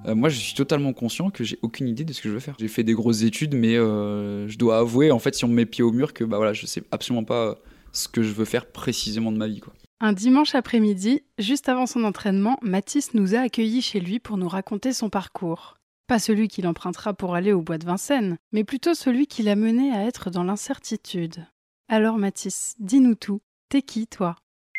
Moi, je suis totalement conscient que j'ai aucune idée de ce que je veux faire. J'ai fait des grosses études, mais je dois avouer, en fait, si on me met pied au mur, que bah voilà, je sais absolument pas ce que je veux faire précisément de ma vie, quoi. Un dimanche après-midi, juste avant son entraînement, Mathis nous a accueillis chez lui pour nous raconter son parcours. Pas celui qu'il empruntera pour aller au bois de Vincennes, mais plutôt celui qui l'a mené à être dans l'incertitude. Alors Mathis, dis-nous tout. T'es qui, toi ?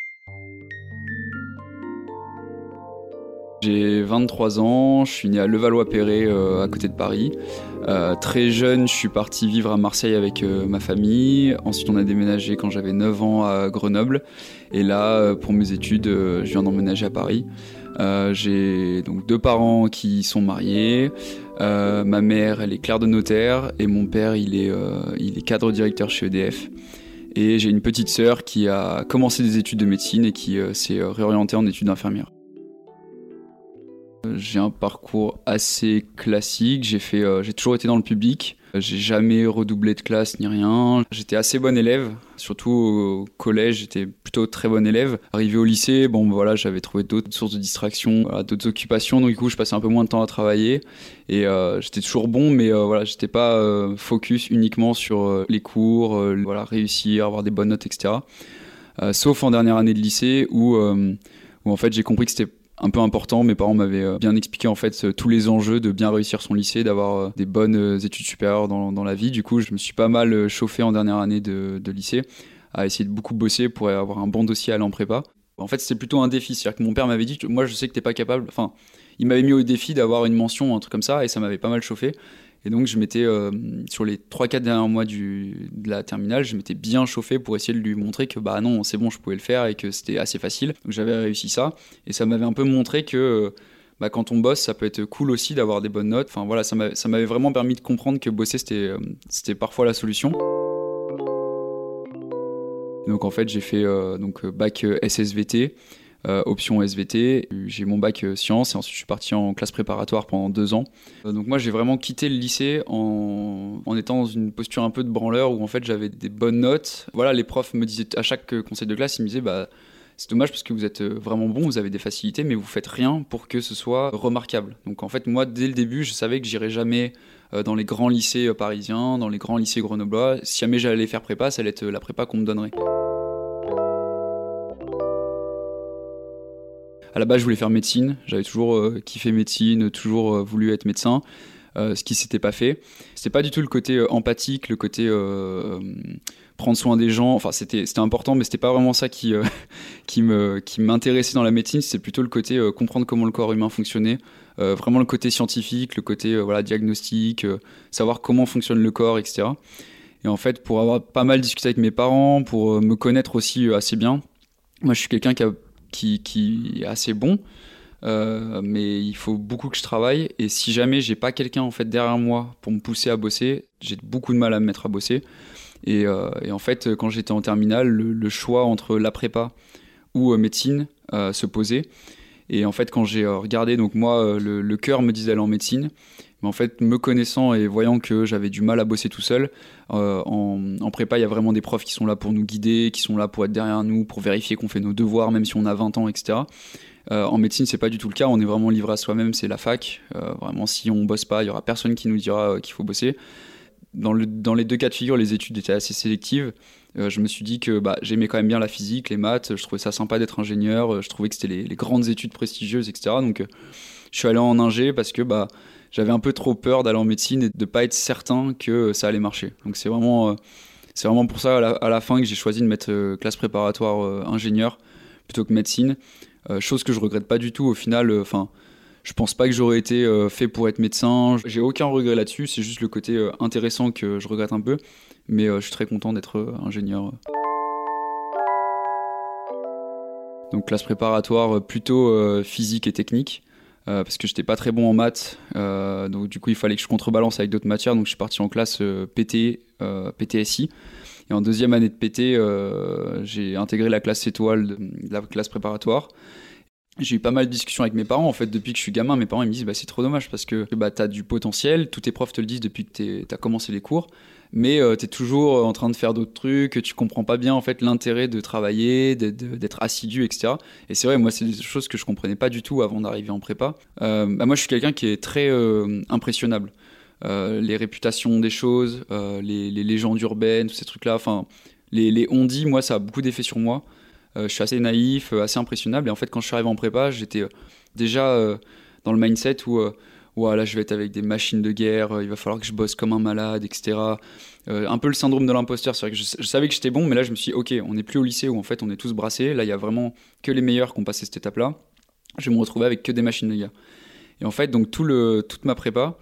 J'ai 23 ans, je suis né à Levallois-Perret, à côté de Paris. Très jeune, je suis parti vivre à Marseille avec ma famille. Ensuite, on a déménagé quand j'avais 9 ans à Grenoble. Et là, pour mes études, je viens d'emménager à Paris. J'ai donc 2 parents qui sont mariés. Ma mère, elle est clerc de notaire. Et mon père, il est cadre directeur chez EDF. Et j'ai une petite sœur qui a commencé des études de médecine et qui s'est réorientée en études d'infirmière. J'ai un parcours assez classique, j'ai toujours été dans le public, j'ai jamais redoublé de classe ni rien. J'étais assez bon élève, surtout au collège, j'étais plutôt très bon élève. Arrivé au lycée, voilà, j'avais trouvé d'autres sources de distraction, d'autres occupations, donc du coup je passais un peu moins de temps à travailler. Et j'étais toujours bon, mais voilà, j'étais pas focus uniquement sur les cours, voilà, réussir, avoir des bonnes notes, etc. Sauf en dernière année de lycée où en fait j'ai compris que c'était un peu important. Mes parents m'avaient bien expliqué en fait tous les enjeux de bien réussir son lycée, d'avoir des bonnes études supérieures dans la vie. Du coup, je me suis pas mal chauffé en dernière année de lycée à essayer de beaucoup bosser pour avoir un bon dossier à aller en prépa. En fait, c'était plutôt un défi. C'est-à-dire que mon père m'avait dit, moi je sais que t'es pas capable. Enfin, il m'avait mis au défi d'avoir une mention, un truc comme ça, et ça m'avait pas mal chauffé. Et donc, je m'étais, sur les 3-4 derniers mois de la terminale, je m'étais bien chauffé pour essayer de lui montrer que bah non, c'est bon, je pouvais le faire et que c'était assez facile. Donc, j'avais réussi ça. Et ça m'avait un peu montré que quand on bosse, ça peut être cool aussi d'avoir des bonnes notes. Enfin, voilà, ça m'avait vraiment permis de comprendre que bosser, c'était parfois la solution. Donc, en fait, j'ai fait bac SSVT. Option SVT, j'ai mon bac sciences et ensuite je suis parti en classe préparatoire pendant 2 ans. Donc moi j'ai vraiment quitté le lycée en étant dans une posture un peu de branleur où en fait j'avais des bonnes notes. Voilà, les profs me disaient à chaque conseil de classe, ils me disaient c'est dommage parce que vous êtes vraiment bon, vous avez des facilités mais vous faites rien pour que ce soit remarquable. Donc en fait moi dès le début je savais que j'irais jamais dans les grands lycées parisiens, dans les grands lycées grenoblois. Si jamais j'allais faire prépa, ça allait être la prépa qu'on me donnerait. À la base, je voulais faire médecine. J'avais toujours kiffé médecine, toujours voulu être médecin, ce qui s'était pas fait. C'était pas du tout le côté empathique, le côté prendre soin des gens. Enfin, c'était important, mais c'était pas vraiment ça qui m'intéressait dans la médecine. C'était plutôt le côté comprendre comment le corps humain fonctionnait, vraiment le côté scientifique, le côté diagnostic, savoir comment fonctionne le corps, etc. Et en fait, pour avoir pas mal discuté avec mes parents, pour me connaître aussi assez bien, moi, je suis quelqu'un qui est assez bon, mais il faut beaucoup que je travaille. Et si jamais j'ai pas quelqu'un en fait derrière moi pour me pousser à bosser, j'ai beaucoup de mal à me mettre à bosser. Et en fait, quand j'étais en terminale, le choix entre la prépa ou médecine se posait. Et en fait, quand j'ai regardé, donc moi, le cœur me disait d'aller en médecine. Mais en fait, me connaissant et voyant que j'avais du mal à bosser tout seul, en prépa, il y a vraiment des profs qui sont là pour nous guider, qui sont là pour être derrière nous, pour vérifier qu'on fait nos devoirs, même si on a 20 ans, etc. En médecine, c'est pas du tout le cas. On est vraiment livré à soi-même, c'est la fac. Vraiment, si on bosse pas, il y aura personne qui nous dira qu'il faut bosser. Dans les 2 cas de figure, les études étaient assez sélectives. Je me suis dit que j'aimais quand même bien la physique, les maths. Je trouvais ça sympa d'être ingénieur. Je trouvais que c'était les grandes études prestigieuses, etc. Donc, je suis allé en ingé parce que j'avais un peu trop peur d'aller en médecine et de pas être certain que ça allait marcher. Donc c'est vraiment pour ça à la fin que j'ai choisi de mettre classe préparatoire ingénieur plutôt que médecine. Chose que je regrette pas du tout au final. Je pense pas que j'aurais été fait pour être médecin. J'ai aucun regret là-dessus. C'est juste le côté intéressant que je regrette un peu. Mais je suis très content d'être ingénieur. Donc classe préparatoire plutôt physique et technique. Parce que j'étais pas très bon en maths, donc du coup il fallait que je contrebalance avec d'autres matières, donc je suis parti en classe PT, PTSI, et en 2e année de PT, j'ai intégré la classe étoile de la classe préparatoire, J'ai eu pas mal de discussions avec mes parents. En fait, depuis que je suis gamin, mes parents ils me disent c'est trop dommage parce que t'as du potentiel. Tous tes profs te le disent depuis que t'as commencé les cours. Mais t'es toujours en train de faire d'autres trucs. Tu comprends pas bien en fait l'intérêt de travailler, d'être assidu, etc. Et c'est vrai, moi, c'est des choses que je comprenais pas du tout avant d'arriver en prépa. Moi, je suis quelqu'un qui est très impressionnable. Les réputations des choses, les légendes urbaines, tous ces trucs-là. Enfin, les on-dit, moi, ça a beaucoup d'effet sur moi. Je suis assez naïf, assez impressionnable. Et en fait, quand je suis arrivé en prépa, j'étais déjà dans le mindset où là, je vais être avec des machines de guerre, il va falloir que je bosse comme un malade, etc. Un peu le syndrome de l'imposteur. C'est vrai que je savais que j'étais bon, mais là, je me suis dit, ok, on n'est plus au lycée où en fait, on est tous brassés. Là, il y a vraiment que les meilleurs qui ont passé cette étape-là. Je vais me retrouver avec que des machines de guerre. Et en fait, donc, toute ma prépa,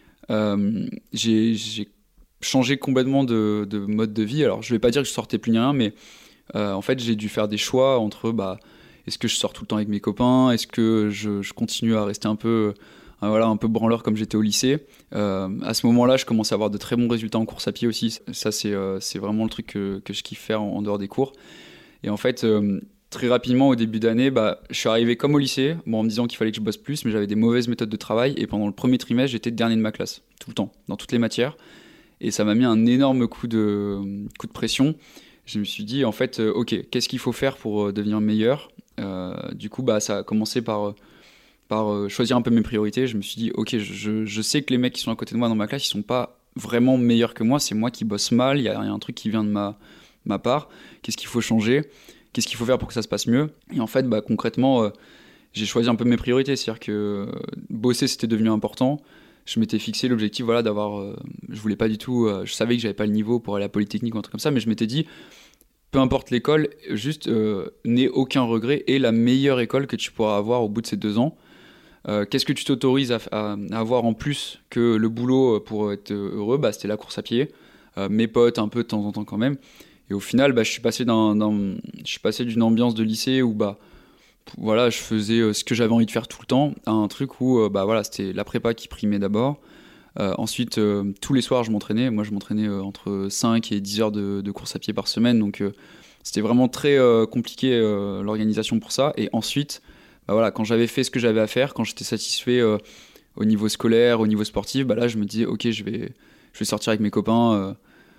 j'ai changé complètement de mode de vie. Alors, je vais pas dire que je sortais plus ni rien, mais en fait, j'ai dû faire des choix entre est-ce que je sors tout le temps avec mes copains, est-ce que je continue à rester un peu branleur comme j'étais au lycée. À ce moment-là, je commence à avoir de très bons résultats en course à pied aussi. Ça, c'est vraiment le truc que je kiffe faire en dehors des cours. Et en fait, très rapidement, au début d'année, je suis arrivé comme au lycée, en me disant qu'il fallait que je bosse plus, mais j'avais des mauvaises méthodes de travail. Et pendant le premier trimestre, j'étais dernier de ma classe, tout le temps, dans toutes les matières. Et ça m'a mis un énorme coup de pression. Je me suis dit, en fait, ok, qu'est-ce qu'il faut faire pour devenir meilleur ? Du coup, ça a commencé par choisir un peu mes priorités. Je me suis dit, ok, je sais que les mecs qui sont à côté de moi dans ma classe, ils sont pas vraiment meilleurs que moi. C'est moi qui bosse mal. Il y a un truc qui vient de ma part. Qu'est-ce qu'il faut changer ? Qu'est-ce qu'il faut faire pour que ça se passe mieux ? Et en fait, concrètement, j'ai choisi un peu mes priorités. C'est-à-dire que bosser, c'était devenu important. Je m'étais fixé l'objectif d'avoir... je voulais pas du tout... je savais que j'avais pas le niveau pour aller à Polytechnique ou un truc comme ça, mais je m'étais dit, peu importe l'école, juste n'aie aucun regret et la meilleure école que tu pourras avoir au bout de ces 2 ans. Qu'est-ce que tu t'autorises à avoir en plus que le boulot pour être heureux ? C'était la course à pied. Mes potes, un peu de temps en temps quand même. Et au final, je suis passé d'une ambiance de lycée où je faisais ce que j'avais envie de faire tout le temps à un truc où c'était la prépa qui primait d'abord. Ensuite, tous les soirs, je m'entraînais. Moi, je m'entraînais entre 5 et 10 heures de course à pied par semaine. Donc, c'était vraiment très compliqué l'organisation pour ça. Et ensuite, quand j'avais fait ce que j'avais à faire, quand j'étais satisfait au niveau scolaire, au niveau sportif, là, je me disais, ok, je vais sortir avec mes copains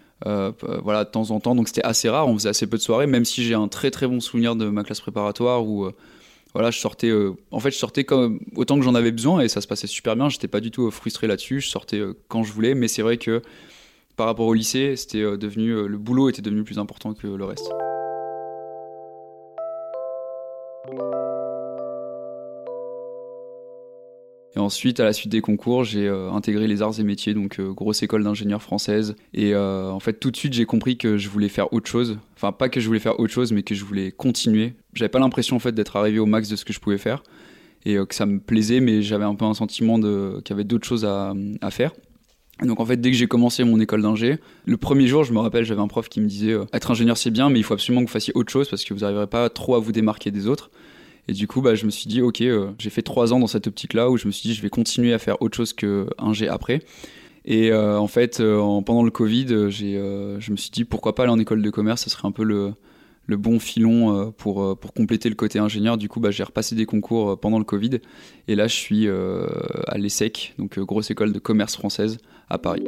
de temps en temps. Donc, c'était assez rare. On faisait assez peu de soirées, même si j'ai un très, très bon souvenir de ma classe préparatoire où... je sortais comme autant que j'en avais besoin et ça se passait super bien. J'étais pas du tout frustré là-dessus. Je sortais quand je voulais, mais c'est vrai que par rapport au lycée, c'était le boulot était devenu plus important que le reste. Et ensuite, à la suite des concours, j'ai intégré les arts et métiers, donc grosse école d'ingénieur française. Et en fait, tout de suite, j'ai compris que je voulais faire autre chose. Enfin, pas que je voulais faire autre chose, mais que je voulais continuer. J'avais pas l'impression en fait d'être arrivé au max de ce que je pouvais faire et que ça me plaisait, mais j'avais un peu un sentiment qu'il y avait d'autres choses à faire. Et donc en fait, dès que j'ai commencé mon école d'ingé, le premier jour, je me rappelle, j'avais un prof qui me disait être ingénieur c'est bien, mais il faut absolument que vous fassiez autre chose parce que vous n'arriverez pas trop à vous démarquer des autres. Et du coup, je me suis dit, ok, j'ai fait 3 ans dans cette optique-là où je me suis dit, je vais continuer à faire autre chose qu'ingé après. Et en fait, pendant le Covid, je me suis dit, pourquoi pas aller en école de commerce, ça serait un peu le bon filon pour compléter le côté ingénieur. Du coup, j'ai repassé des concours pendant le Covid. Et là, je suis à l'ESSEC, donc grosse école de commerce française à Paris.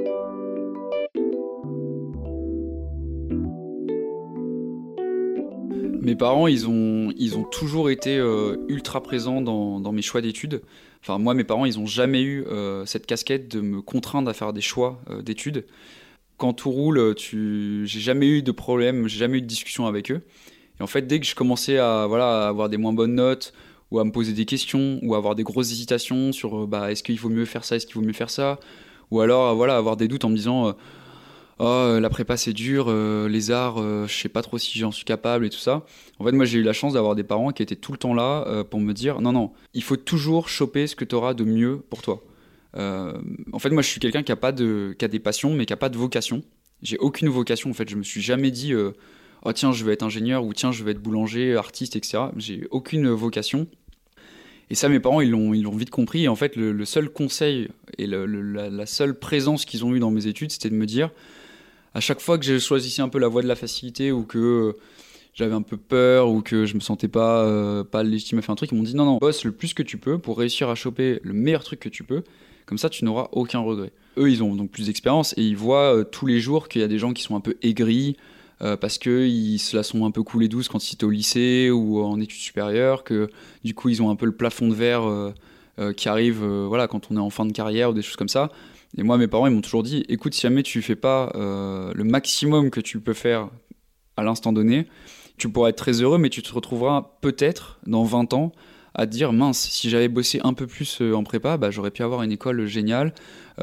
Mes parents, ils ont toujours été ultra présents dans mes choix d'études. Enfin, moi, mes parents, ils n'ont jamais eu cette casquette de me contraindre à faire des choix d'études. Quand tout roule, j'ai jamais eu de problème, j'ai jamais eu de discussion avec eux. Et en fait, dès que je commençais à avoir des moins bonnes notes, ou à me poser des questions, ou à avoir des grosses hésitations sur est-ce qu'il vaut mieux faire ça, est-ce qu'il vaut mieux faire ça, ou alors avoir des doutes en me disant la prépa c'est dur, les arts, je sais pas trop si j'en suis capable et tout ça. En fait, moi j'ai eu la chance d'avoir des parents qui étaient tout le temps là pour me dire non, il faut toujours choper ce que tu auras de mieux pour toi. En fait, moi je suis quelqu'un qui a des passions mais qui a pas de vocation. J'ai aucune vocation en fait, je me suis jamais dit oh tiens je vais être ingénieur ou tiens je vais être boulanger, artiste, etc. J'ai aucune vocation. Et ça, mes parents, ils l'ont vite compris. Et en fait, le seul conseil et la seule présence qu'ils ont eue dans mes études, c'était de me dire, à chaque fois que j'ai choisi un peu la voie de la facilité ou que j'avais un peu peur ou que je me sentais pas légitime à faire un truc, ils m'ont dit non, bosse le plus que tu peux pour réussir à choper le meilleur truc que tu peux, comme ça tu n'auras aucun regret. Eux, ils ont donc plus d'expérience et ils voient tous les jours qu'il y a des gens qui sont un peu aigris parce qu'ils se la sont un peu coulés douce quand ils étaient au lycée ou en études supérieures, que du coup ils ont un peu le plafond de verre qui arrive voilà, quand on est en fin de carrière ou des choses comme ça. Et moi, mes parents, ils m'ont toujours dit, écoute, si jamais tu fais pas le maximum que tu peux faire à l'instant donné, tu pourras être très heureux, mais tu te retrouveras peut-être dans 20 ans à te dire, mince, si j'avais bossé un peu plus en prépa, bah, j'aurais pu avoir une école géniale.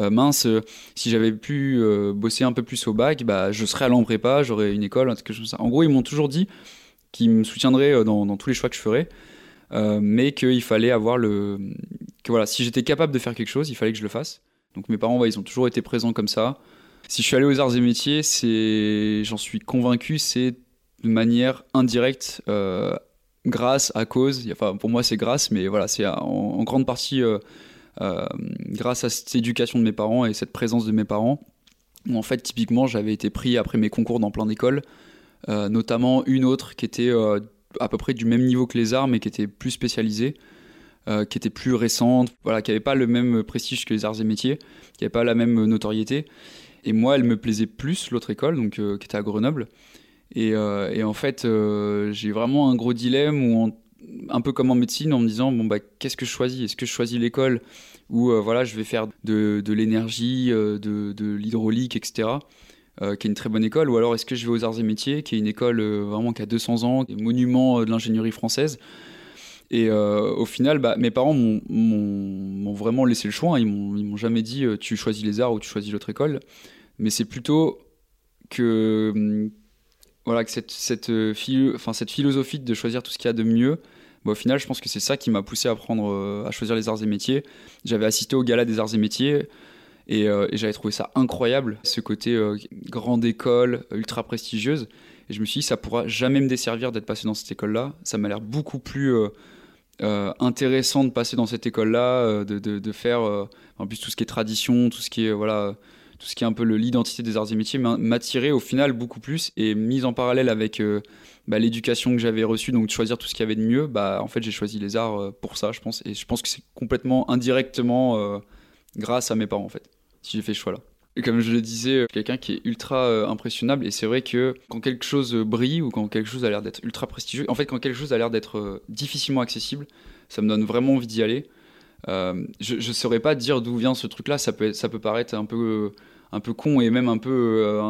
Si j'avais pu bosser un peu plus au bac, bah, je serais allé en prépa, j'aurais une école, quelque chose comme ça. En gros, ils m'ont toujours dit qu'ils me soutiendraient dans tous les choix que je ferais, mais qu'il fallait avoir que voilà, si j'étais capable de faire quelque chose, il fallait que je le fasse. Donc mes parents, ils ont toujours été présents comme ça. Si je suis allé aux arts et métiers, j'en suis convaincu, c'est de manière indirecte, grâce, à cause. Enfin, pour moi, c'est grâce, mais voilà, c'est en grande partie grâce à cette éducation de mes parents et cette présence de mes parents. Où en fait, typiquement, j'avais été pris après mes concours dans plein d'écoles, notamment une autre qui était à peu près du même niveau que les arts, mais qui était plus spécialisée. Qui était plus récente, voilà, qui n'avait pas le même prestige que les arts et métiers, qui n'avait pas la même notoriété. Et moi, elle me plaisait plus, l'autre école, donc, qui était à Grenoble. Et en fait, j'ai vraiment un gros dilemme, un peu comme en médecine, en me disant, bon, bah, qu'est-ce que je choisis ? Est-ce que je choisis l'école où voilà, je vais faire de l'énergie, de l'hydraulique, etc., qui est une très bonne école, ou alors est-ce que je vais aux arts et métiers, qui est une école vraiment qui a 200 ans, qui est monument de l'ingénierie française. Et au final, bah, mes parents m'ont vraiment laissé le choix. Hein. Ils m'ont jamais dit tu choisis les arts ou tu choisis l'autre école. Mais c'est plutôt que, voilà, que cette philosophie de choisir tout ce qu'il y a de mieux, bah, au final, je pense que c'est ça qui m'a poussé à choisir les arts et métiers. J'avais assisté au gala des arts et métiers et j'avais trouvé ça incroyable, ce côté grande école, ultra prestigieuse. Et je me suis dit, ça pourra jamais me desservir d'être passé dans cette école-là. Ça m'a l'air beaucoup plus intéressant de passer dans cette école-là, de faire en plus tout ce qui est tradition, tout ce qui est voilà, tout ce qui est un peu l'identité des arts et métiers m'attirait au final beaucoup plus, et mise en parallèle avec l'éducation que j'avais reçue, donc de choisir tout ce qu'il y avait de mieux, bah en fait j'ai choisi les arts pour ça, je pense, et je pense que c'est complètement indirectement grâce à mes parents en fait, si j'ai fait ce choix-là. Et comme je le disais, quelqu'un qui est ultra impressionnable, et c'est vrai que quand quelque chose brille ou quand quelque chose a l'air d'être ultra prestigieux, en fait quand quelque chose a l'air d'être difficilement accessible, ça me donne vraiment envie d'y aller. Je saurais pas dire d'où vient ce truc-là, ça peut paraître un peu con et même un peu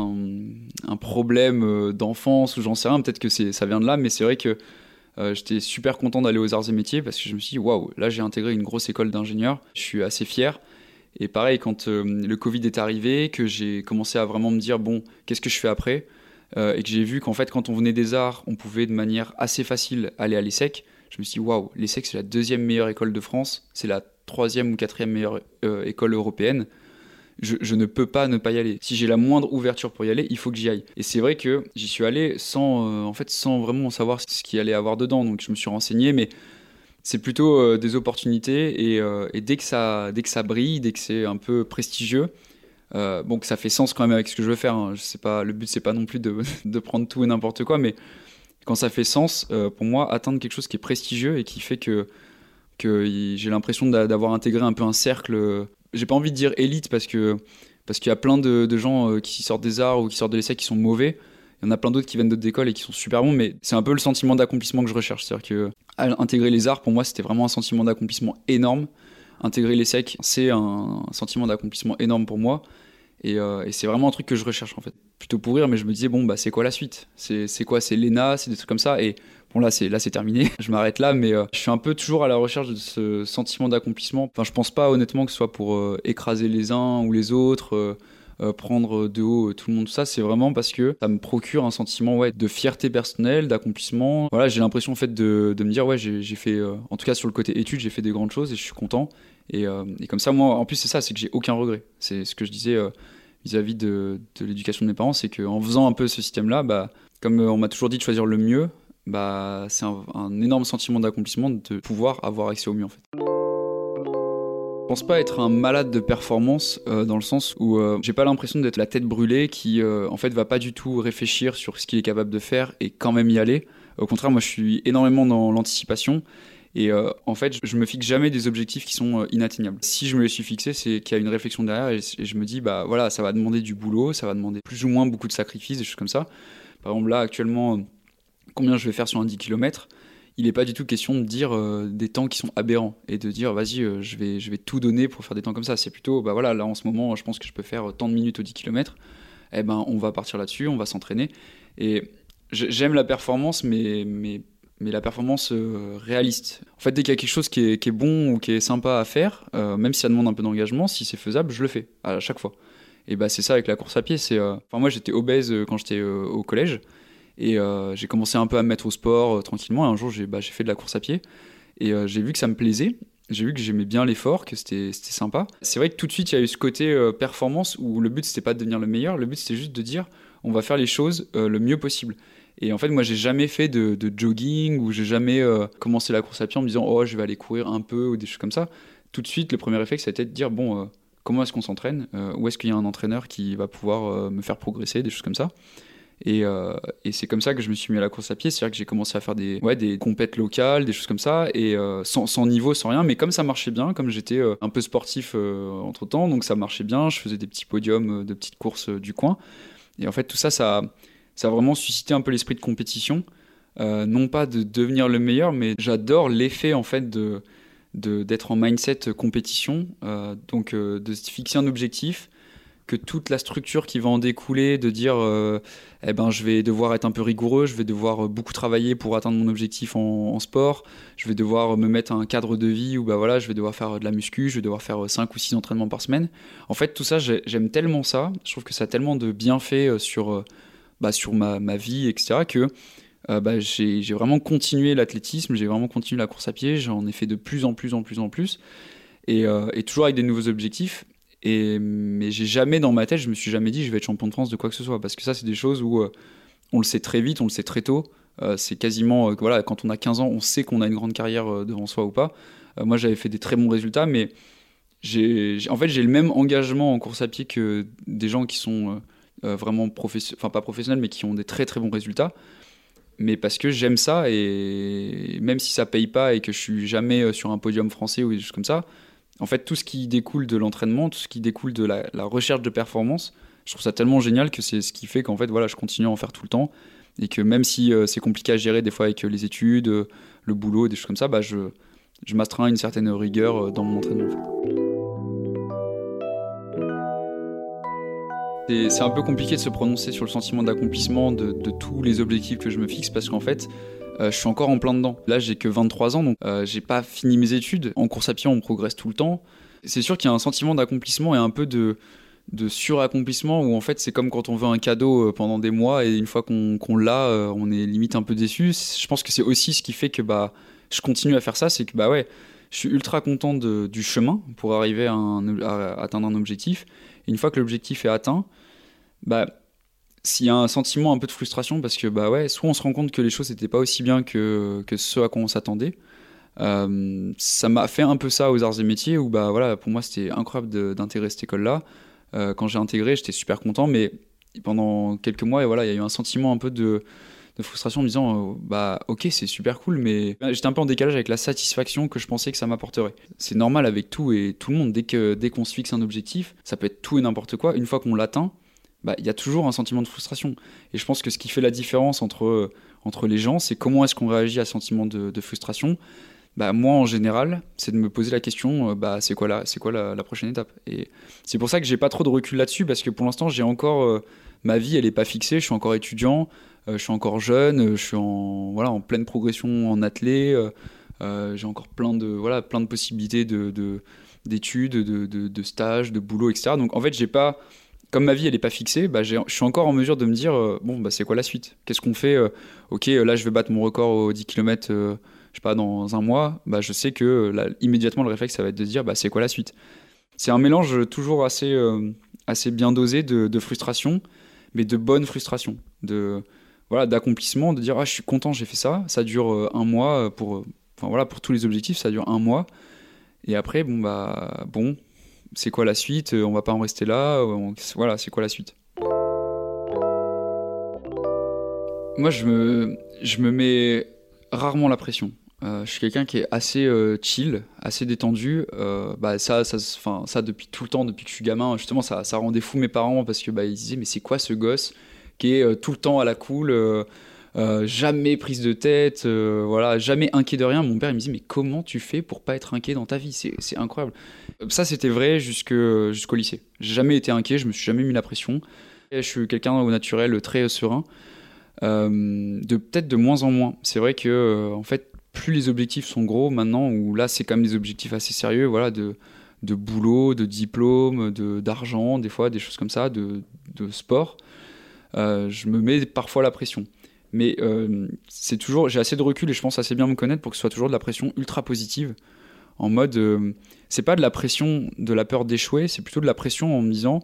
un problème d'enfance ou j'en sais rien, peut-être que ça vient de là, mais c'est vrai que j'étais super content d'aller aux arts et métiers parce que je me suis dit waouh, là j'ai intégré une grosse école d'ingénieurs, je suis assez fier. Et pareil, quand le Covid est arrivé, que j'ai commencé à vraiment me dire, bon, qu'est-ce que je fais après et que j'ai vu qu'en fait, quand on venait des arts, on pouvait de manière assez facile aller à l'ESSEC. Je me suis dit, waouh, l'ESSEC, c'est la 2e meilleure école de France, c'est la 3e ou 4e meilleure école européenne. Je ne peux pas ne pas y aller. Si j'ai la moindre ouverture pour y aller, il faut que j'y aille. Et c'est vrai que j'y suis allé sans vraiment savoir ce qu'il allait avoir dedans. Donc je me suis renseigné, mais c'est plutôt des opportunités et dès que ça brille, dès que c'est un peu prestigieux, bon, que ça fait sens quand même avec ce que je veux faire, hein. Je sais pas, le but c'est pas non plus de prendre tout et n'importe quoi, mais quand ça fait sens, pour moi, atteindre quelque chose qui est prestigieux et qui fait que j'ai l'impression d'avoir intégré un peu un cercle, j'ai pas envie de dire élite parce qu'il y a plein de gens qui sortent des arts ou qui sortent de l'ESSEC qui sont mauvais. Il y en a plein d'autres qui viennent d'autres écoles et qui sont super bons, mais c'est un peu le sentiment d'accomplissement que je recherche. C'est-à-dire que intégrer les arts, pour moi, c'était vraiment un sentiment d'accomplissement énorme. Intégrer l'ESSEC, c'est un sentiment d'accomplissement énorme pour moi. Et c'est vraiment un truc que je recherche, en fait. Plutôt pour rire, mais je me disais, bon, bah, c'est quoi la suite ? C'est quoi ? C'est l'ENA, c'est des trucs comme ça. Et bon, là, c'est terminé. Je m'arrête là, mais je suis un peu toujours à la recherche de ce sentiment d'accomplissement. Enfin, je pense pas, honnêtement, que ce soit pour écraser les uns ou les autres, prendre de haut tout le monde, tout ça, c'est vraiment parce que ça me procure un sentiment de fierté personnelle, d'accomplissement. Voilà, j'ai l'impression en fait de me dire j'ai fait, en tout cas sur le côté études, j'ai fait des grandes choses et je suis content. Et comme ça, moi, en plus c'est ça, c'est que j'ai aucun regret. C'est ce que je disais vis-à-vis de l'éducation de mes parents, c'est qu'en faisant un peu ce système-là, bah, comme on m'a toujours dit de choisir le mieux, bah, c'est un énorme sentiment d'accomplissement de pouvoir avoir accès au mieux en fait. Je pense pas être un malade de performance dans le sens où j'ai pas l'impression d'être la tête brûlée qui en fait va pas du tout réfléchir sur ce qu'il est capable de faire et quand même y aller. Au contraire, moi je suis énormément dans l'anticipation et en fait je me fixe jamais des objectifs qui sont inatteignables. Si je me les suis fixés, c'est qu'il y a une réflexion derrière et je me dis bah voilà, ça va demander du boulot, ça va demander plus ou moins beaucoup de sacrifices, des choses comme ça. Par exemple là actuellement, combien je vais faire sur un 10 km, il n'est pas du tout question de dire des temps qui sont aberrants et de dire vas-y je vais tout donner pour faire des temps comme ça. C'est plutôt bah voilà, là en ce moment je pense que je peux faire tant de minutes au 10 km, eh ben on va partir là-dessus, on va s'entraîner et j'aime la performance mais la performance réaliste. En fait dès qu'il y a quelque chose qui est bon ou qui est sympa à faire, même si ça demande un peu d'engagement, si c'est faisable je le fais à chaque fois. Et bah c'est ça avec la course à pied, enfin moi j'étais obèse quand j'étais au collège. Et j'ai commencé un peu à me mettre au sport tranquillement. Et un jour, j'ai fait de la course à pied. Et j'ai vu que ça me plaisait. J'ai vu que j'aimais bien l'effort, que c'était sympa. C'est vrai que tout de suite, il y a eu ce côté performance où le but, c'était pas de devenir le meilleur. Le but, c'était juste de dire, on va faire les choses le mieux possible. Et en fait, moi, j'ai jamais fait de jogging ou j'ai jamais commencé la course à pied en me disant, oh, je vais aller courir un peu ou des choses comme ça. Tout de suite, le premier réflexe, ça a été de dire, bon, comment est-ce qu'on s'entraîne ? Où est-ce qu'il y a un entraîneur qui va pouvoir me faire progresser, des choses comme ça. Et c'est comme ça que je me suis mis à la course à pied. C'est-à-dire que j'ai commencé à faire des compètes locales, des choses comme ça, et sans niveau, sans rien. Mais comme ça marchait bien, comme j'étais un peu sportif entre-temps, donc ça marchait bien, je faisais des petits podiums de petites courses du coin. Et en fait, tout ça, ça a vraiment suscité un peu l'esprit de compétition. Non pas de devenir le meilleur, mais j'adore l'effet en fait d'être en mindset compétition, donc de se fixer un objectif, que toute la structure qui va en découler, de dire eh ben, je vais devoir être un peu rigoureux, je vais devoir beaucoup travailler pour atteindre mon objectif en sport, je vais devoir me mettre un cadre de vie où bah, voilà, je vais devoir faire de la muscu, je vais devoir faire 5 ou 6 entraînements par semaine. En fait, tout ça, j'aime tellement ça, je trouve que ça a tellement de bienfaits sur ma vie, etc., que j'ai vraiment continué l'athlétisme, j'ai vraiment continué la course à pied, j'en ai fait de plus en plus, et toujours avec des nouveaux objectifs. Mais j'ai jamais dans ma tête, je me suis jamais dit je vais être champion de France de quoi que ce soit, parce que ça c'est des choses où on le sait très vite, on le sait très tôt, c'est quasiment voilà, quand on a 15 ans on sait qu'on a une grande carrière devant soi ou pas. Moi j'avais fait des très bons résultats, mais en fait j'ai le même engagement en course à pied que des gens qui sont vraiment pas professionnels, mais qui ont des très très bons résultats, mais parce que j'aime ça, et même si ça paye pas et que je suis jamais sur un podium français ou des choses comme ça, en fait, tout ce qui découle de l'entraînement, tout ce qui découle de la recherche de performance, je trouve ça tellement génial que c'est ce qui fait qu'en fait, voilà, je continue à en faire tout le temps. Et que même si c'est compliqué à gérer des fois avec les études, le boulot, des choses comme ça, bah, je m'astreins à une certaine rigueur dans mon entraînement. C'est un peu compliqué de se prononcer sur le sentiment d'accomplissement de tous les objectifs que je me fixe, parce qu'en fait, je suis encore en plein dedans. Là, j'ai que 23 ans, donc j'ai pas fini mes études. En course à pied, on progresse tout le temps. C'est sûr qu'il y a un sentiment d'accomplissement et un peu de suraccomplissement, où en fait, c'est comme quand on veut un cadeau pendant des mois, et une fois qu'on l'a, on est limite un peu déçu. Je pense que c'est aussi ce qui fait que je continue à faire ça, c'est que je suis ultra content du chemin pour arriver à atteindre un objectif. Et une fois que l'objectif est atteint, s'il y a un sentiment un peu de frustration, parce que soit on se rend compte que les choses n'étaient pas aussi bien que ce à quoi on s'attendait. Ça m'a fait un peu ça aux arts et métiers, où pour moi c'était incroyable d'intégrer cette école-là. Quand j'ai intégré, j'étais super content, mais pendant quelques mois, il y a eu un sentiment un peu de frustration en me disant ok, c'est super cool, mais j'étais un peu en décalage avec la satisfaction que je pensais que ça m'apporterait. C'est normal avec tout et tout le monde, dès qu'on se fixe un objectif, ça peut être tout et n'importe quoi. Une fois qu'on l'atteint, il y a toujours un sentiment de frustration. Et je pense que ce qui fait la différence entre les gens, c'est comment est-ce qu'on réagit à ce sentiment de frustration. Moi, en général, c'est de me poser la question, c'est quoi la prochaine étape. Et c'est pour ça que j'ai pas trop de recul là-dessus, parce que pour l'instant, j'ai encore ma vie, elle est pas fixée. Je suis encore étudiant, je suis encore jeune, je suis en pleine progression en athlé. J'ai encore plein de possibilités d'études, de stages, de boulot, etc. Donc en fait, comme ma vie elle est pas fixée, je suis encore en mesure de me dire c'est quoi la suite ? Qu'est-ce qu'on fait ? Ok, là je vais battre mon record aux 10 km je sais pas, dans un mois. Je sais que là, immédiatement le réflexe ça va être de dire c'est quoi la suite ? C'est un mélange toujours assez bien dosé de frustration, mais de bonne frustration, d'accomplissement, de dire je suis content, j'ai fait ça. Ça dure un mois pour tous les objectifs, ça dure un mois. Et après, c'est quoi la suite? On va pas en rester là. Voilà, c'est quoi la suite? Moi, je me mets rarement la pression. Je suis quelqu'un qui est assez chill, assez détendu. Ça depuis tout le temps, depuis que je suis gamin. Justement, ça rendait fou mes parents parce que ils disaient mais c'est quoi ce gosse qui est tout le temps à la cool, jamais prise de tête, voilà, jamais inquiet de rien. Mon père il me dit mais comment tu fais pour pas être inquiet dans ta vie? C'est incroyable. Ça c'était vrai jusqu'au lycée. J'ai jamais été inquiet, je me suis jamais mis la pression. Et je suis quelqu'un au naturel très serein. Peut-être de moins en moins. C'est vrai que en fait, plus les objectifs sont gros maintenant, où là c'est quand même des objectifs assez sérieux, voilà, de boulot, de diplôme, d'argent, des fois des choses comme ça, de sport. Je me mets parfois la pression. Mais j'ai assez de recul et je pense assez bien me connaître pour que ce soit toujours de la pression ultra positive. En mode, c'est pas de la pression de la peur d'échouer, c'est plutôt de la pression en me disant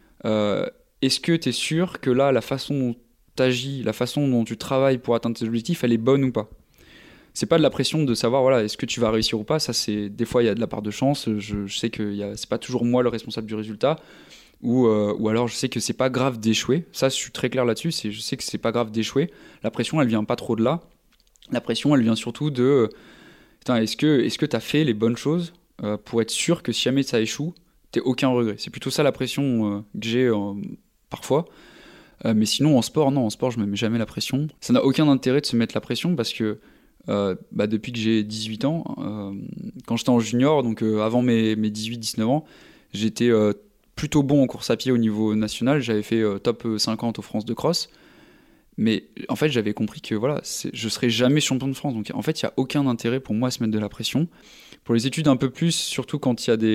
est-ce que tu es sûr que là, la façon dont tu agis, la façon dont tu travailles pour atteindre tes objectifs, elle est bonne ou pas? C'est pas de la pression de savoir voilà, est-ce que tu vas réussir ou pas. Ça, des fois, il y a de la part de chance. Je sais que c'est pas toujours moi le responsable du résultat. Ou alors, je sais que c'est pas grave d'échouer. Ça, je suis très clair là-dessus. Je sais que c'est pas grave d'échouer. La pression, elle vient pas trop de là. La pression, elle vient surtout de putain, est-ce que tu as fait les bonnes choses pour être sûr que si jamais ça échoue, t'aies aucun regret. C'est plutôt ça la pression que j'ai parfois. Mais sinon, en sport, non, en sport, je me mets jamais la pression. Ça n'a aucun intérêt de se mettre la pression parce que depuis que j'ai 18 ans, quand j'étais en junior, donc avant mes 18-19 ans, j'étais plutôt bon en course à pied au niveau national. J'avais fait top 50 aux France de cross. Mais en fait, j'avais compris que voilà, je serais jamais champion de France. Donc en fait, il n'y a aucun intérêt pour moi à se mettre de la pression. Pour les études, un peu plus, surtout quand il y a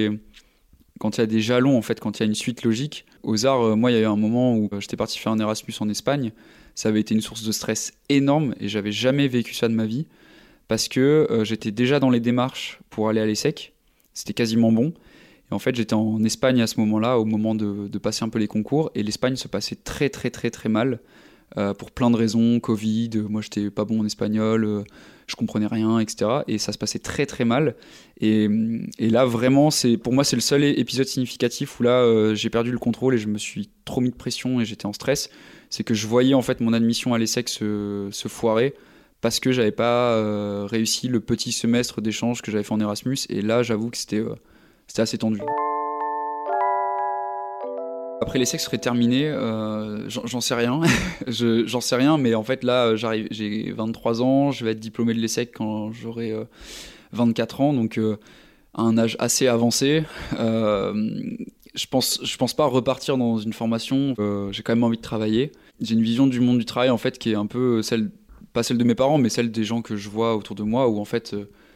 des jalons, en fait, quand il y a une suite logique. Aux arts, moi, il y a eu un moment où j'étais parti faire un Erasmus en Espagne. Ça avait été une source de stress énorme et j'avais jamais vécu ça de ma vie parce que j'étais déjà dans les démarches pour aller à l'ESSEC. C'était quasiment bon. Et en fait, j'étais en Espagne à ce moment-là, au moment de passer un peu les concours. Et l'Espagne se passait très, très, très, très mal. Pour plein de raisons, Covid, moi j'étais pas bon en espagnol, je comprenais rien, etc. Et ça se passait très très mal. Et là vraiment, pour moi c'est le seul épisode significatif où là j'ai perdu le contrôle et je me suis trop mis de pression et j'étais en stress. C'est que je voyais en fait mon admission à l'ESSEC se foirer parce que j'avais pas réussi le petit semestre d'échange que j'avais fait en Erasmus. Et là j'avoue que c'était assez tendu. Après l'ESSEC serait terminé, j'en sais rien. J'en sais rien, mais en fait là, j'ai 23 ans, je vais être diplômé de l'ESSEC quand j'aurai 24 ans, donc à un âge assez avancé. Je pense pas repartir dans une formation. J'ai quand même envie de travailler. J'ai une vision du monde du travail en fait qui est un peu pas celle de mes parents, mais celle des gens que je vois autour de moi, où en fait,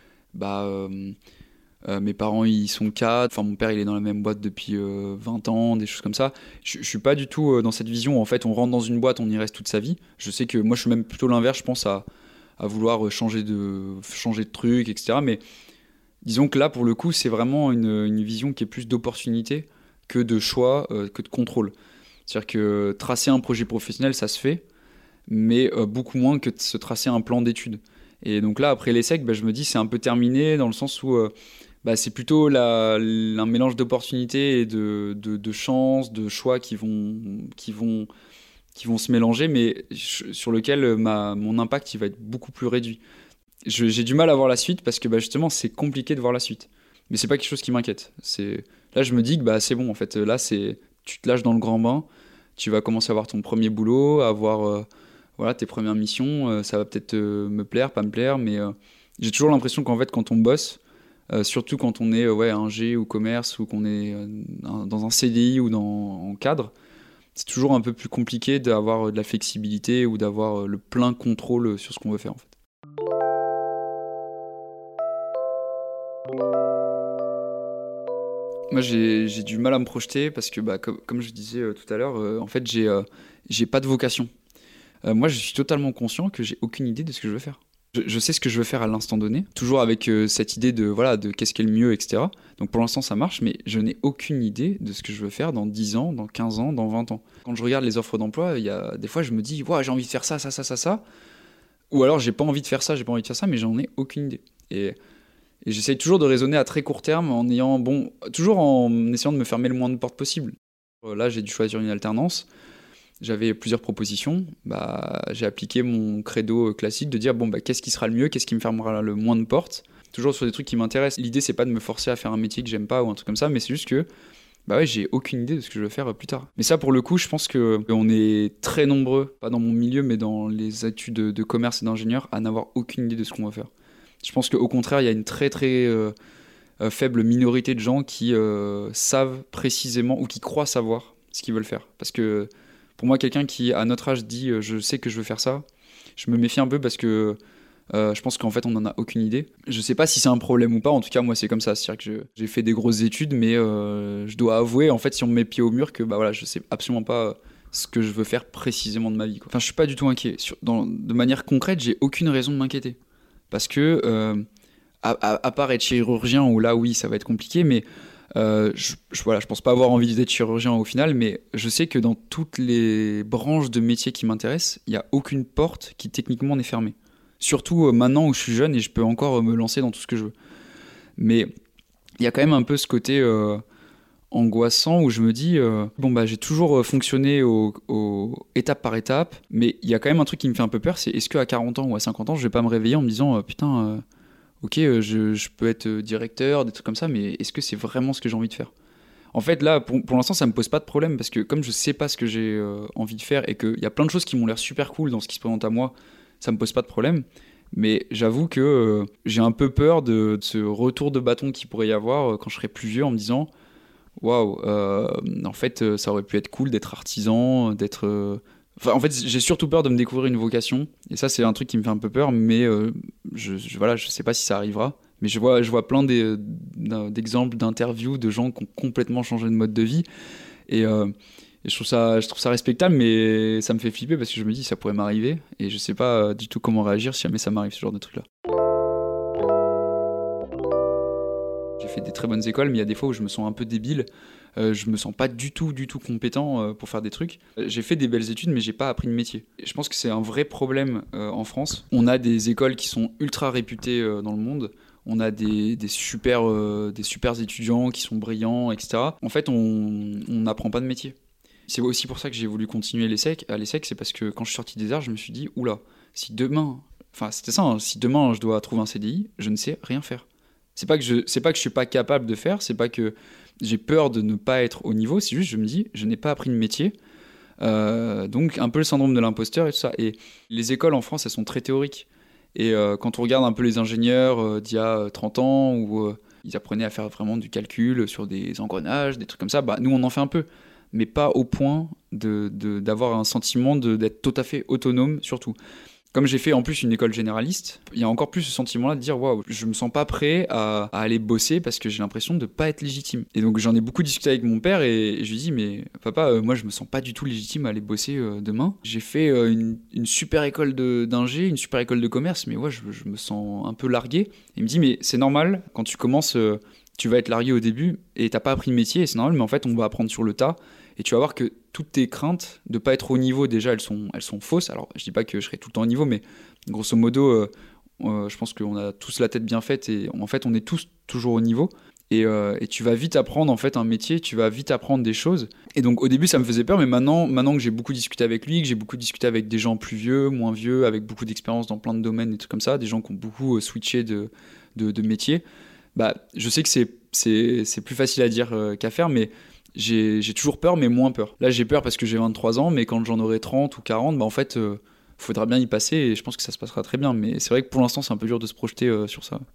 mes parents ils sont 4, enfin mon père il est dans la même boîte depuis 20 ans, des choses comme ça. Je suis pas du tout dans cette vision où en fait on rentre dans une boîte, on y reste toute sa vie. Je sais que moi je suis même plutôt l'inverse, je pense à vouloir changer de trucs, etc. Mais disons que là pour le coup c'est vraiment une vision qui est plus d'opportunité que de choix, que de contrôle. C'est-à-dire que tracer un projet professionnel ça se fait, mais beaucoup moins que de se tracer un plan d'études. Et donc là après l'ESSEC, je me dis c'est un peu terminé dans le sens où c'est plutôt un mélange d'opportunités et de chances, de choix qui vont se mélanger, mais sur lequel mon impact il va être beaucoup plus réduit. J'ai du mal à voir la suite parce que justement c'est compliqué de voir la suite. Mais c'est pas quelque chose qui m'inquiète. Là je me dis que c'est bon en fait. Là tu te lâches dans le grand bain, tu vas commencer à avoir ton premier boulot, à avoir tes premières missions. Ça va peut-être me plaire, pas me plaire, mais j'ai toujours l'impression qu'en fait quand on bosse, surtout quand on est ingé ou commerce ou qu'on est dans un CDI ou en cadre, c'est toujours un peu plus compliqué d'avoir de la flexibilité ou d'avoir le plein contrôle sur ce qu'on veut faire en fait. Moi j'ai du mal à me projeter parce que comme je disais tout à l'heure, en fait j'ai pas de vocation. Moi je suis totalement conscient que j'ai aucune idée de ce que je veux faire. Je sais ce que je veux faire à l'instant donné, toujours avec cette idée de qu'est-ce qui est le mieux, etc. Donc pour l'instant ça marche, mais je n'ai aucune idée de ce que je veux faire dans 10 ans, dans 15 ans, dans 20 ans. Quand je regarde les offres d'emploi, il y a des fois je me dis j'ai envie de faire ça. Ou alors j'ai pas envie de faire ça, mais j'en ai aucune idée. Et Et j'essaye toujours de raisonner à très court terme toujours en essayant de me fermer le moins de portes possible. Là, j'ai dû choisir une alternance. J'avais plusieurs propositions. J'ai appliqué mon credo classique de dire qu'est-ce qui sera le mieux, qu'est-ce qui me fermera le moins de portes. Toujours sur des trucs qui m'intéressent. L'idée, c'est pas de me forcer à faire un métier que j'aime pas ou un truc comme ça, mais c'est juste que j'ai aucune idée de ce que je veux faire plus tard. Mais ça, pour le coup, je pense qu'on est très nombreux, pas dans mon milieu, mais dans les études de commerce et d'ingénieur, à n'avoir aucune idée de ce qu'on va faire. Je pense qu'au contraire, il y a une très très faible minorité de gens qui savent précisément ou qui croient savoir ce qu'ils veulent faire. Parce que pour moi, quelqu'un qui, à notre âge, dit je sais que je veux faire ça, je me méfie un peu parce que je pense qu'en fait, on n'en a aucune idée. Je sais pas si c'est un problème ou pas, en tout cas, moi, c'est comme ça. C'est-à-dire que j'ai fait des grosses études, mais je dois avouer, en fait, si on me met pied au mur, que je sais absolument pas ce que je veux faire précisément de ma vie, quoi. Enfin, je suis pas du tout inquiet. De manière concrète, j'ai aucune raison de m'inquiéter. Parce que, à part être chirurgien, où là, oui, ça va être compliqué, mais je pense pas avoir envie d'être chirurgien au final, mais je sais que dans toutes les branches de métiers qui m'intéressent, il n'y a aucune porte qui techniquement n'est fermée. Surtout maintenant où je suis jeune et je peux encore me lancer dans tout ce que je veux. Mais il y a quand même un peu ce côté angoissant où je me dis j'ai toujours fonctionné étape par étape, mais il y a quand même un truc qui me fait un peu peur, c'est est-ce qu'à 40 ans ou à 50 ans je vais pas me réveiller en me disant ok, je peux être directeur, des trucs comme ça, mais est-ce que c'est vraiment ce que j'ai envie de faire? En fait, là, pour l'instant, ça me pose pas de problème, parce que comme je sais pas ce que j'ai envie de faire, et qu'il y a plein de choses qui m'ont l'air super cool dans ce qui se présente à moi, ça me pose pas de problème. Mais j'avoue que j'ai un peu peur de ce retour de bâton qu'il pourrait y avoir quand je serai plus vieux, en me disant waouh, en fait, ça aurait pu être cool d'être artisan, d'être... en fait, j'ai surtout peur de me découvrir une vocation. Et ça, c'est un truc qui me fait un peu peur, mais je sais pas si ça arrivera. Mais je vois plein d'exemples d'interviews de gens qui ont complètement changé de mode de vie. Et je trouve ça respectable, mais ça me fait flipper parce que je me dis ça pourrait m'arriver. Et je sais pas du tout comment réagir si jamais ça m'arrive, ce genre de truc-là. J'ai fait des très bonnes écoles, mais il y a des fois où je me sens un peu débile. Je me sens pas du tout compétent pour faire des trucs. J'ai fait des belles études, mais j'ai pas appris de métier. Et je pense que c'est un vrai problème en France. On a des écoles qui sont ultra réputées dans le monde. On a des super étudiants qui sont brillants, etc. En fait, on n'apprend pas de métier. C'est aussi pour ça que j'ai voulu continuer à l'ESSEC, c'est parce que quand je suis sorti des arts, je me suis dit, oula, si demain je dois trouver un CDI, je ne sais rien faire. C'est pas que je suis pas capable de faire, c'est pas que j'ai peur de ne pas être au niveau, c'est juste je me dis, je n'ai pas appris de métier, donc un peu le syndrome de l'imposteur et tout ça. Et les écoles en France, elles sont très théoriques. Et quand on regarde un peu les ingénieurs d'il y a 30 ans, où ils apprenaient à faire vraiment du calcul sur des engrenages, des trucs comme ça, nous on en fait un peu, mais pas au point d'avoir un sentiment d'être tout à fait autonome, surtout. Comme j'ai fait en plus une école généraliste, il y a encore plus ce sentiment-là de dire waouh, je me sens pas prêt à aller bosser parce que j'ai l'impression de pas être légitime. Et donc j'en ai beaucoup discuté avec mon père et je lui dis mais papa, moi je me sens pas du tout légitime à aller bosser demain. J'ai fait une super école d'ingé, une super école de commerce, mais ouais, je me sens un peu largué. Et il me dit mais c'est normal, quand tu commences, tu vas être largué au début et t'as pas appris le métier, et c'est normal, mais en fait on va apprendre sur le tas. Et tu vas voir que toutes tes craintes de pas être au niveau, déjà, elles sont fausses. Alors, je dis pas que je serai tout le temps au niveau, mais grosso modo, je pense qu'on a tous la tête bien faite et en fait, on est tous toujours au niveau. Et tu vas vite apprendre en fait un métier, tu vas vite apprendre des choses. Et donc au début ça me faisait peur, mais maintenant que j'ai beaucoup discuté avec lui, que j'ai beaucoup discuté avec des gens plus vieux, moins vieux, avec beaucoup d'expérience dans plein de domaines, des trucs comme ça, des gens qui ont beaucoup switché de métier, je sais que c'est plus facile à dire qu'à faire, mais j'ai toujours peur, mais moins peur. Là, j'ai peur parce que j'ai 23 ans, mais quand j'en aurai 30 ou 40, en fait, faudra bien y passer et je pense que ça se passera très bien. Mais c'est vrai que pour l'instant, c'est un peu dur de se projeter sur ça.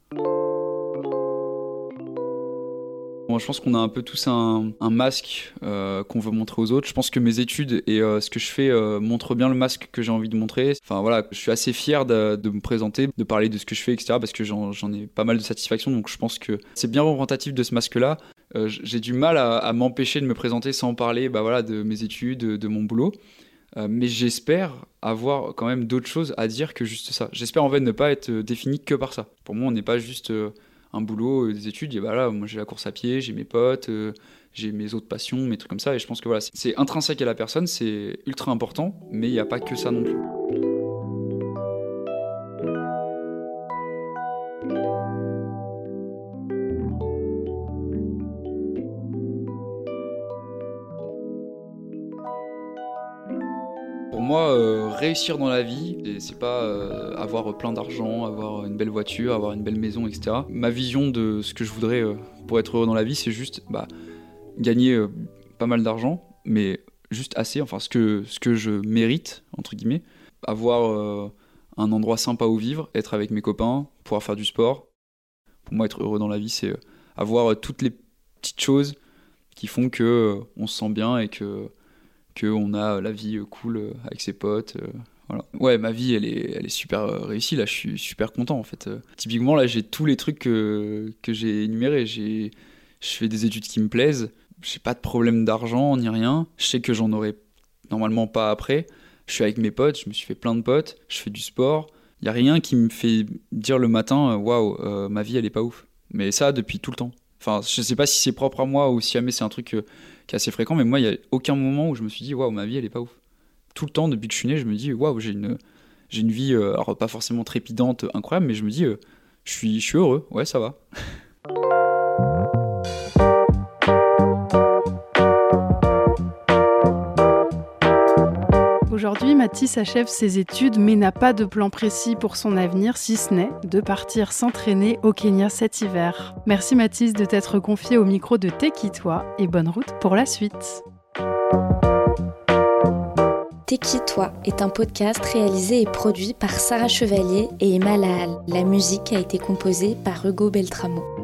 Bon, je pense qu'on a un peu tous un masque qu'on veut montrer aux autres. Je pense que mes études et ce que je fais montrent bien le masque que j'ai envie de montrer. Enfin voilà, je suis assez fier de me présenter, de parler de ce que je fais, etc. Parce que j'en ai pas mal de satisfaction. Donc je pense que c'est bien représentatif de ce masque-là. J'ai du mal à m'empêcher de me présenter sans parler de mes études, de mon boulot. Mais j'espère avoir quand même d'autres choses à dire que juste ça. J'espère en fait ne pas être défini que par ça. Pour moi, on n'est pas juste un boulot, des études. Et moi j'ai la course à pied, j'ai mes potes, j'ai mes autres passions, mes trucs comme ça. Et je pense que voilà, c'est intrinsèque à la personne, c'est ultra important, mais il n'y a pas que ça non plus. moi, réussir dans la vie, c'est pas avoir plein d'argent, avoir une belle voiture, avoir une belle maison, etc. Ma vision de ce que je voudrais pour être heureux dans la vie, c'est juste gagner pas mal d'argent, mais juste assez, enfin ce que je mérite, entre guillemets. Avoir un endroit sympa où vivre, être avec mes copains, pouvoir faire du sport. Pour moi, être heureux dans la vie, c'est avoir toutes les petites choses qui font que on se sent bien et que on a la vie cool avec ses potes. Voilà. Ouais, ma vie, elle est super réussie. Là, je suis super content, en fait. Typiquement, là, j'ai tous les trucs que j'ai énumérés. Je fais des études qui me plaisent. J'ai pas de problème d'argent ni rien. Je sais que j'en aurai normalement pas après. Je suis avec mes potes, je me suis fait plein de potes. Je fais du sport. Il y a rien qui me fait dire le matin, waouh, ma vie, elle est pas ouf. Mais ça, depuis tout le temps. Enfin, je sais pas si c'est propre à moi ou si jamais c'est un truc qui est assez fréquent, mais moi, il y a aucun moment où je me suis dit, waouh, ma vie, elle est pas ouf. Tout le temps, depuis que je suis né, je me dis, waouh, j'ai une vie, alors pas forcément trépidante, incroyable, mais je me dis, je suis heureux, ouais, ça va. Aujourd'hui, Mathis achève ses études mais n'a pas de plan précis pour son avenir, si ce n'est de partir s'entraîner au Kenya cet hiver. Merci Mathis de t'être confié au micro de Tekitoi et bonne route pour la suite. Tekitoi est un podcast réalisé et produit par Sarah Chevalier et Emma Lahal. La musique a été composée par Hugo Beltramo.